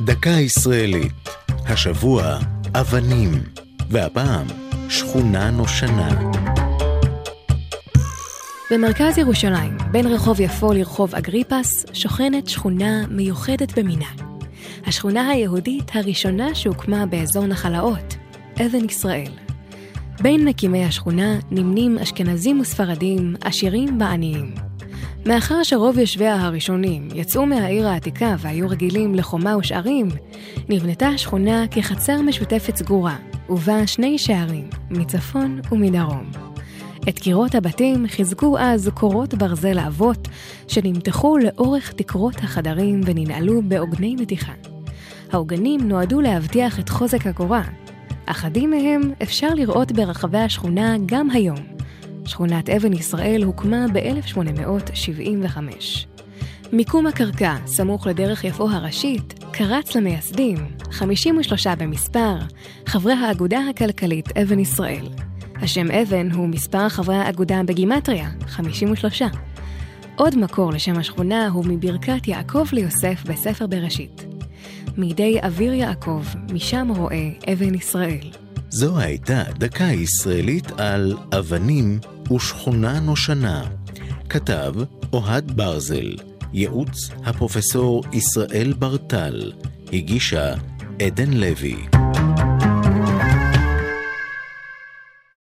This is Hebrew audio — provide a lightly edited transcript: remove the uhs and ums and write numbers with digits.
דקה ישראלית. השבוע אבנים, והפעם שכונה נושנה. במרכז ירושלים, בין רחוב יפו לרחוב אגריפס, שוכנת שכונה מיוחדת במינה. השכונה היהודית הראשונה שהוקמה באזור נחלאות, אבן ישראל. בין מקימי השכונה נמנים אשכנזים וספרדים, עשירים ועניים. מאחר שרוב יושביה הראשונים יצאו מהעיר העתיקה והיו רגילים לחומה ושערים, נבנתה השכונה כחצר משותפת סגורה, ובה שני שערים, מצפון ומדרום. את קירות הבתים חיזקו אז קורות ברזל אבות, שנמתחו לאורך תקרות החדרים וננעלו בעוגני מתיחה. העוגנים נועדו להבטיח את חוזק הקורה. אחדים מהם אפשר לראות ברחבי השכונה גם היום. שכונת אבן ישראל הוקמה ב-1875. מיקום הקרקע, סמוך לדרך יפו הראשית, קרץ למייסדים, 53 במספר, חברי האגודה הכלכלית אבן ישראל. השם אבן הוא מספר חברי האגודה בגימטריה, 53. עוד מקור לשם השכונה הוא מברכת יעקב ליוסף בספר בראשית. מידי אוויר יעקב, משם רואה אבן ישראל. זו הייתה דקה ישראלית על אבנים ושכונה נושנה. כתב אוהד ברזל, ייעוץ הפרופסור ישראל ברטל, הגישה עדן לוי.